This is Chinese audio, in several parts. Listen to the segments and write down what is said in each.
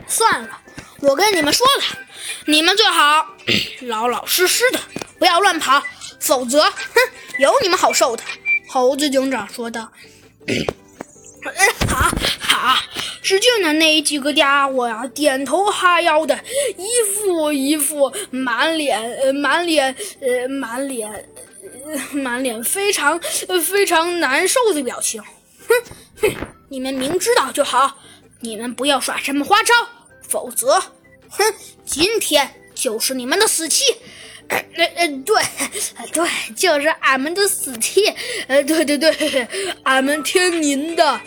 算了，我跟你们说了，你们最好老老实实的，不要乱跑，否则，有你们好受的。猴子警长说道。好，只见呢那几个家伙呀，点头哈腰的，一副满脸非常难受的表情。你们明知道就好，你们不要耍什么花招，否则，今天就是你们的死期。对，就是俺们的死期。对，俺们听您的。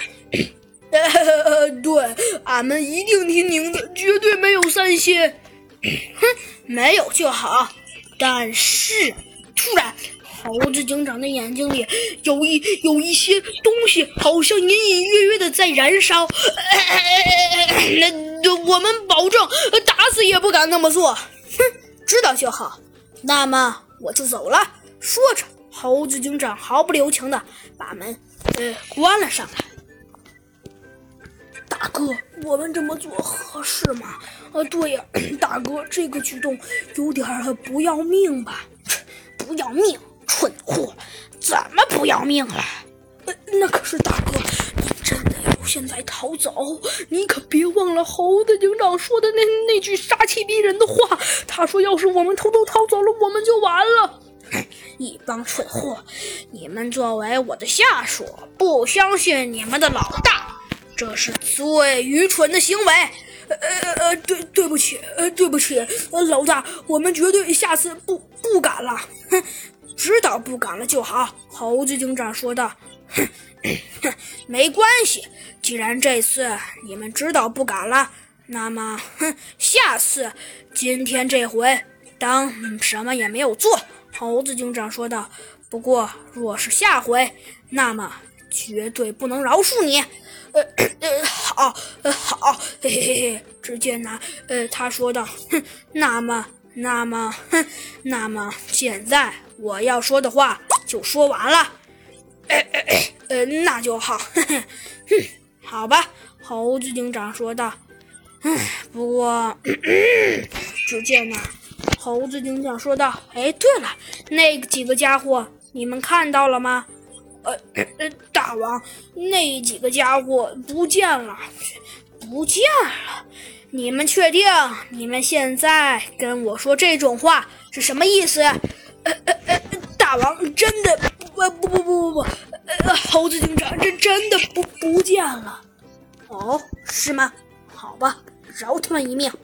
对，俺们一定听您的，绝对没有散心。没有就好。但是，突然，猴子警长的眼睛里有一些东西，好像隐隐约约的在燃烧。我们保证，打死也不敢那么做。知道就好。那么我就走了。说着，猴子警长毫不留情的把门关了上来。大哥，我们这么做合适吗？对呀，大哥，这个举动有点不要命吧？不要命，蠢货！怎么不要命了？那可是大哥，你真的要现在逃走？你可别忘了猴子警长说的那句杀气逼人的话。他说，要是我们偷偷逃走了，我们就完了。一帮蠢货！你们作为我的下属，不相信你们的老大，这是最愚蠢的行为。对不起，老大，我们绝对下次不敢了。知道不敢了就好。猴子警长说道。没关系，既然这次你们知道不敢了，那么下次今天这回当什么也没有做。猴子警长说道。不过若是下回，那么绝对不能饶恕你。好，嘿嘿嘿。只见他说道，那么，现在我要说的话就说完了。那就好。好吧，猴子警长说道。不过，只见猴子警长说道，对了，那几个家伙你们看到了吗？大王，那几个家伙不见了。你们确定你们现在跟我说这种话是什么意思？大王，真的不，猴子警长，这真的不见了。哦，是吗？好吧，饶他们一命。